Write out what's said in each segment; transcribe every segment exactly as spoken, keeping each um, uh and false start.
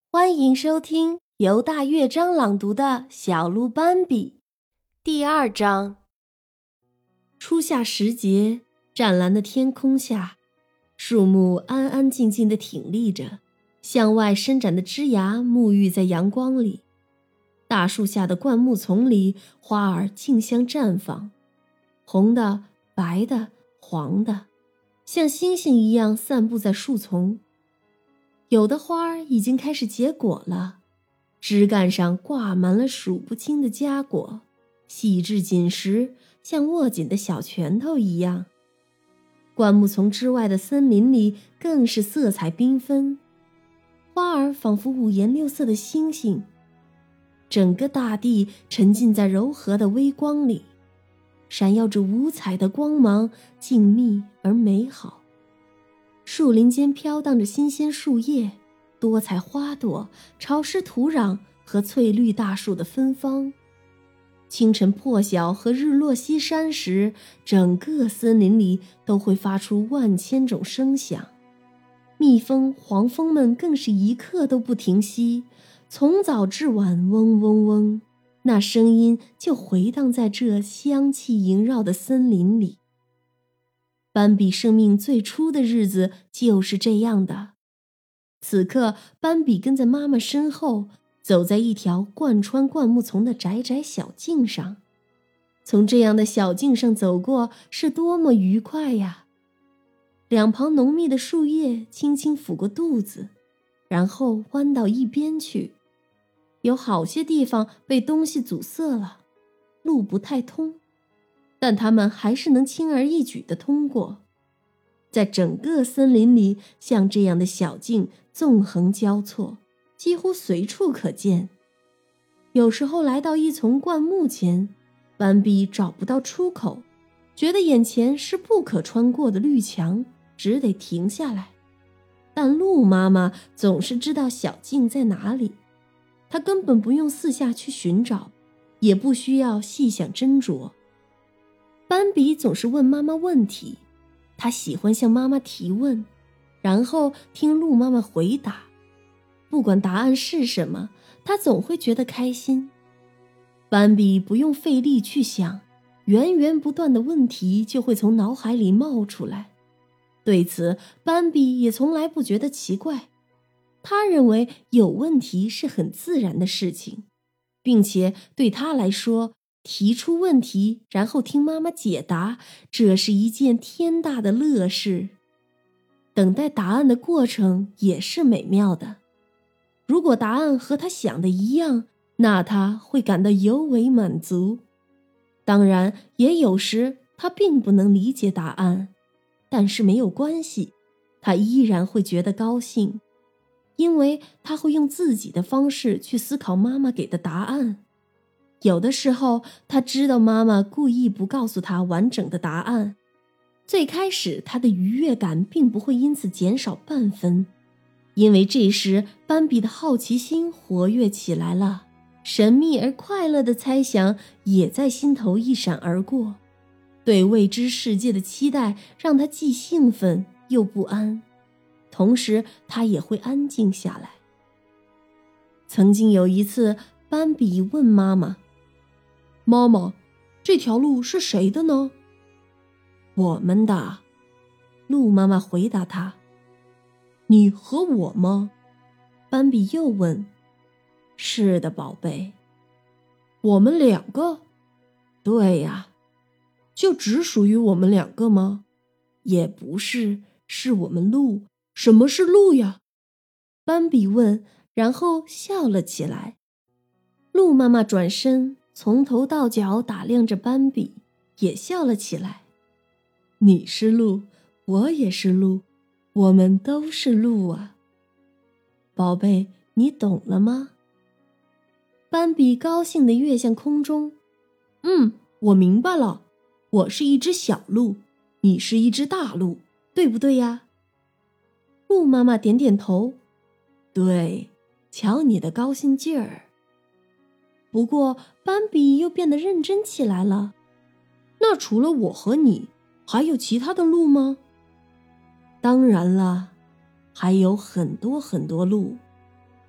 欢迎收听由大乐章朗读的《小鹿斑比》第二章。初夏时节，湛蓝的天空下，树木安安静静地挺立着，向外伸展的枝芽沐浴在阳光里。大树下的灌木丛里，花儿竞相绽放，红的、白的、黄的，像星星一样散布在树丛。有的花儿已经开始结果了，枝干上挂满了数不清的荚果，细致紧实，像握紧的小拳头一样。灌木丛之外的森林里更是色彩缤纷，花儿仿佛五颜六色的星星，整个大地沉浸在柔和的微光里，闪耀着五彩的光芒，静谧而美好。树林间飘荡着新鲜树叶，多彩花朵，潮湿土壤和翠绿大树的芬芳。清晨破晓和日落西山时，整个森林里都会发出万千种声响。蜜蜂、黄蜂们更是一刻都不停息，从早至晚嗡嗡嗡，那声音就回荡在这香气萦绕的森林里。斑比生命最初的日子就是这样的。此刻，斑比跟在妈妈身后，走在一条贯穿灌木丛的窄窄小径上。从这样的小径上走过，是多么愉快呀！两旁浓密的树叶轻轻抚过肚子，然后弯到一边去。有好些地方被东西阻塞了，路不太通，但它们还是能轻而易举地通过。在整个森林里，像这样的小径纵横交错，几乎随处可见。有时候来到一丛灌木前，斑比找不到出口，觉得眼前是不可穿过的绿墙，只得停下来。但鹿妈妈总是知道小径在哪里，她根本不用四下去寻找，也不需要细想斟酌。斑比总是问妈妈问题，他喜欢向妈妈提问，然后听鹿妈妈回答。不管答案是什么，他总会觉得开心。斑比不用费力去想，源源不断的问题就会从脑海里冒出来。对此，斑比也从来不觉得奇怪。他认为有问题是很自然的事情，并且对他来说，提出问题，然后听妈妈解答，这是一件天大的乐事。等待答案的过程也是美妙的。如果答案和他想的一样，那他会感到尤为满足。当然，也有时他并不能理解答案，但是没有关系，他依然会觉得高兴，因为他会用自己的方式去思考妈妈给的答案。有的时候，他知道妈妈故意不告诉他完整的答案。最开始，他的愉悦感并不会因此减少半分，因为这时斑比的好奇心活跃起来了，神秘而快乐的猜想也在心头一闪而过。对未知世界的期待让他既兴奋又不安，同时他也会安静下来。曾经有一次，斑比问妈妈：妈妈，这条路是谁的呢？我们的，鹿妈妈回答他。你和我吗？斑比又问。是的，宝贝。我们两个？对呀。就只属于我们两个吗？也不是，是我们鹿。什么是鹿呀？斑比问，然后笑了起来。鹿妈妈转身，从头到脚打量着斑比，也笑了起来。你是鹿，我也是鹿，我们都是鹿啊。宝贝，你懂了吗？斑比高兴地跃向空中。嗯，我明白了，我是一只小鹿，你是一只大鹿，对不对呀？鹿妈妈点点头。对，瞧你的高兴劲儿。不过斑比又变得认真起来了。那除了我和你，还有其他的鹿吗？当然了，还有很多很多鹿。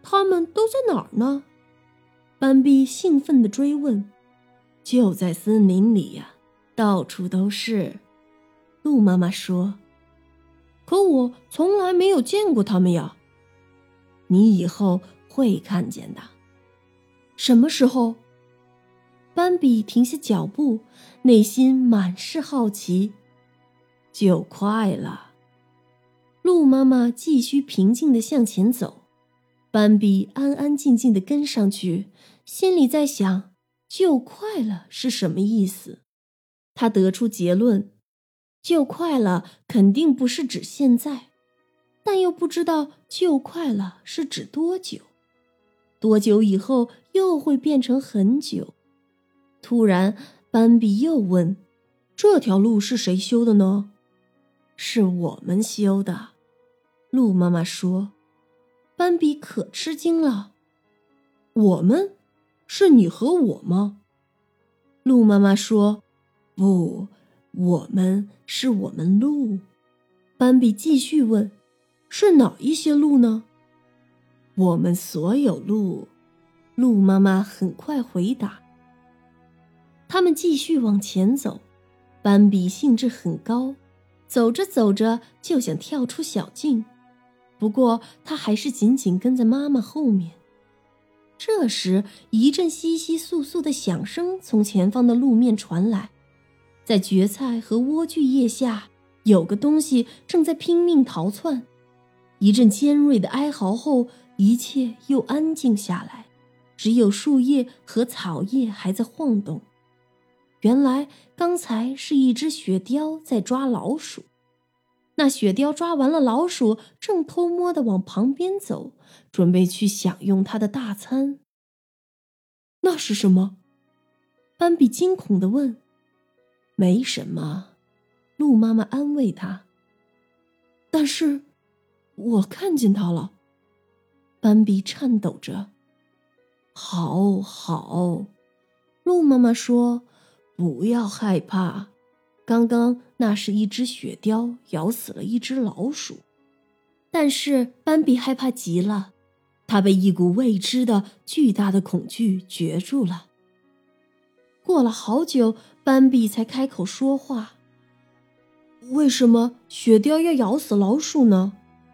他们都在哪儿呢？斑比兴奋地追问。就在森林里呀，到处都是。鹿妈妈说。可我从来没有见过他们呀。你以后会看见的。什么时候？斑比停下脚步，内心满是好奇。就快了。鹿妈妈继续平静地向前走，斑比安安静静地跟上去，心里在想，就快了是什么意思？他得出结论，就快了肯定不是指现在，但又不知道就快了是指多久，多久以后又会变成很久。突然，斑比又问，这条路是谁修的呢？是我们修的，鹿妈妈说。斑比可吃惊了。我们？是你和我吗？鹿妈妈说。不，我们是我们鹿。斑比继续问，是哪一些鹿呢？我们所有鹿，鹿妈妈很快回答。他们继续往前走，斑比兴致很高，走着走着就想跳出小径，不过他还是紧紧跟在妈妈后面。这时，一阵窸窸窣窣的响声从前方的路面传来，在蕨菜和莴苣叶下，有个东西正在拼命逃窜。一阵尖锐的哀嚎后，一切又安静下来，只有树叶和草叶还在晃动。原来刚才是一只雪貂在抓老鼠，那雪貂抓完了老鼠，正偷摸地往旁边走，准备去享用它的大餐。那是什么？斑比惊恐地问。没什么，鹿妈妈安慰他。但是我看见它了。斑比颤抖着。好好，鹿妈妈说，不要害怕，刚刚那是一只雪貂咬死了一只老鼠。但是斑比害怕极了，他被一股未知的巨大的恐惧攫住了。过了好久，斑比才开口说话。为什么雪貂要咬死老鼠呢？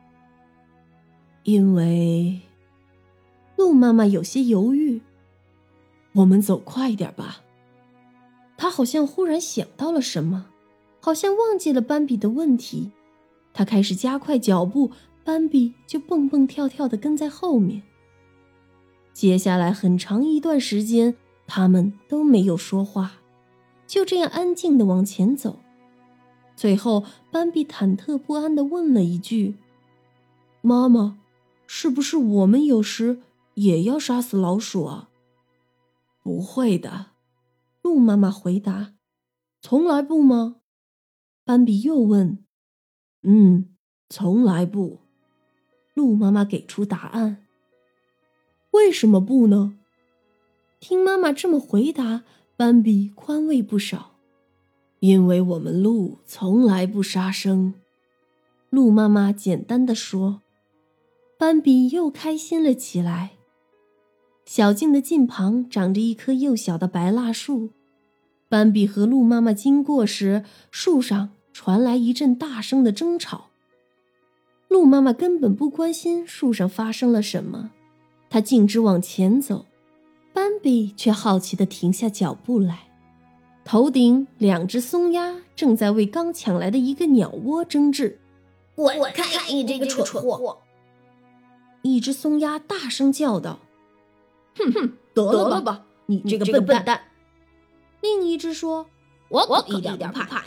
因为……鹿妈妈有些犹豫。我们走快一点吧。她好像忽然想到了什么，好像忘记了斑比的问题。她开始加快脚步，斑比就蹦蹦跳跳地跟在后面。接下来很长一段时间，他们都没有说话，就这样安静地往前走。最后，斑比忐忑不安地问了一句：妈妈，是不是我们有时也要杀死老鼠啊？不会的，鹿妈妈回答。从来不吗？斑比又问。嗯，从来不。鹿妈妈给出答案。为什么不呢？听妈妈这么回答，斑比宽慰不少。因为我们鹿从来不杀生。鹿妈妈简单地说。斑比又开心了起来。小径的近旁长着一棵幼小的白蜡树，斑比和鹿妈妈经过时，树上传来一阵大声的争吵。鹿妈妈根本不关心树上发生了什么，她径直往前走，斑比却好奇地停下脚步来。头顶两只松鸦正在为刚抢来的一个鸟窝争执。 我看你这个蠢货！ 一只松鸦大声叫道。 哼哼，得了吧，了吧你这个笨蛋！蛋另一只说：“ 我可一点不怕你，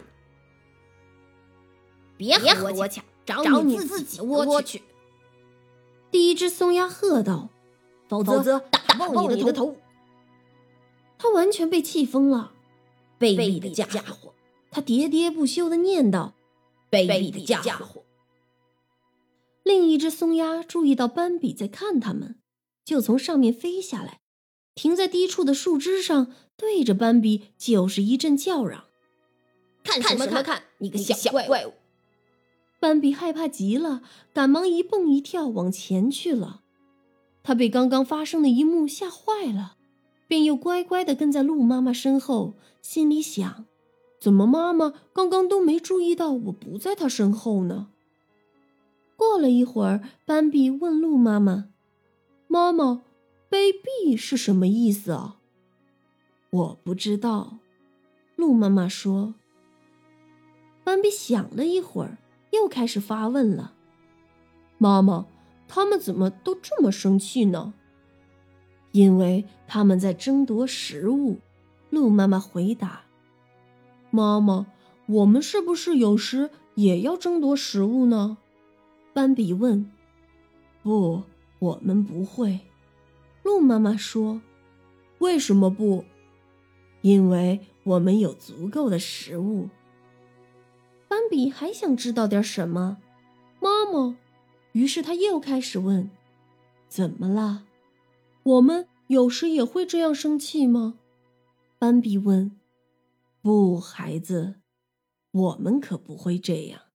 别和我抢，找你自己的窝去！” 第一只松鸦喝道：“ 否则打爆你的头！” 他完全被气疯了。 卑鄙的家伙！ 他喋喋不休地念叨：“ 卑鄙的家伙！” 另一只松鸦注意到斑比在看他们，就从上面飞下来，停在低处的树枝上，对着斑比就是一阵叫嚷：“ 看什么看，你个小怪物！” 斑比害怕极了，赶忙一蹦一跳往前去了。 他被刚刚发生的一幕吓坏了，便又乖乖地跟在鹿妈妈身后，心里想：怎么妈妈刚刚都没注意到我不在她身后呢？过了一会儿，斑比问鹿妈妈：妈妈，卑鄙是什么意思啊？我不知道，鹿妈妈说。斑比想了一会儿，又开始发问了：妈妈，他们怎么都这么生气呢？因为他们在争夺食物，鹿妈妈回答。妈妈，我们是不是有时也要争夺食物呢？斑比问。不，我们不会，鹿妈妈说。为什么不？因为我们有足够的食物。斑比还想知道点什么，妈妈，于是他又开始问：怎么了？我们有时也会这样生气吗？斑比问。不，孩子，我们可不会这样。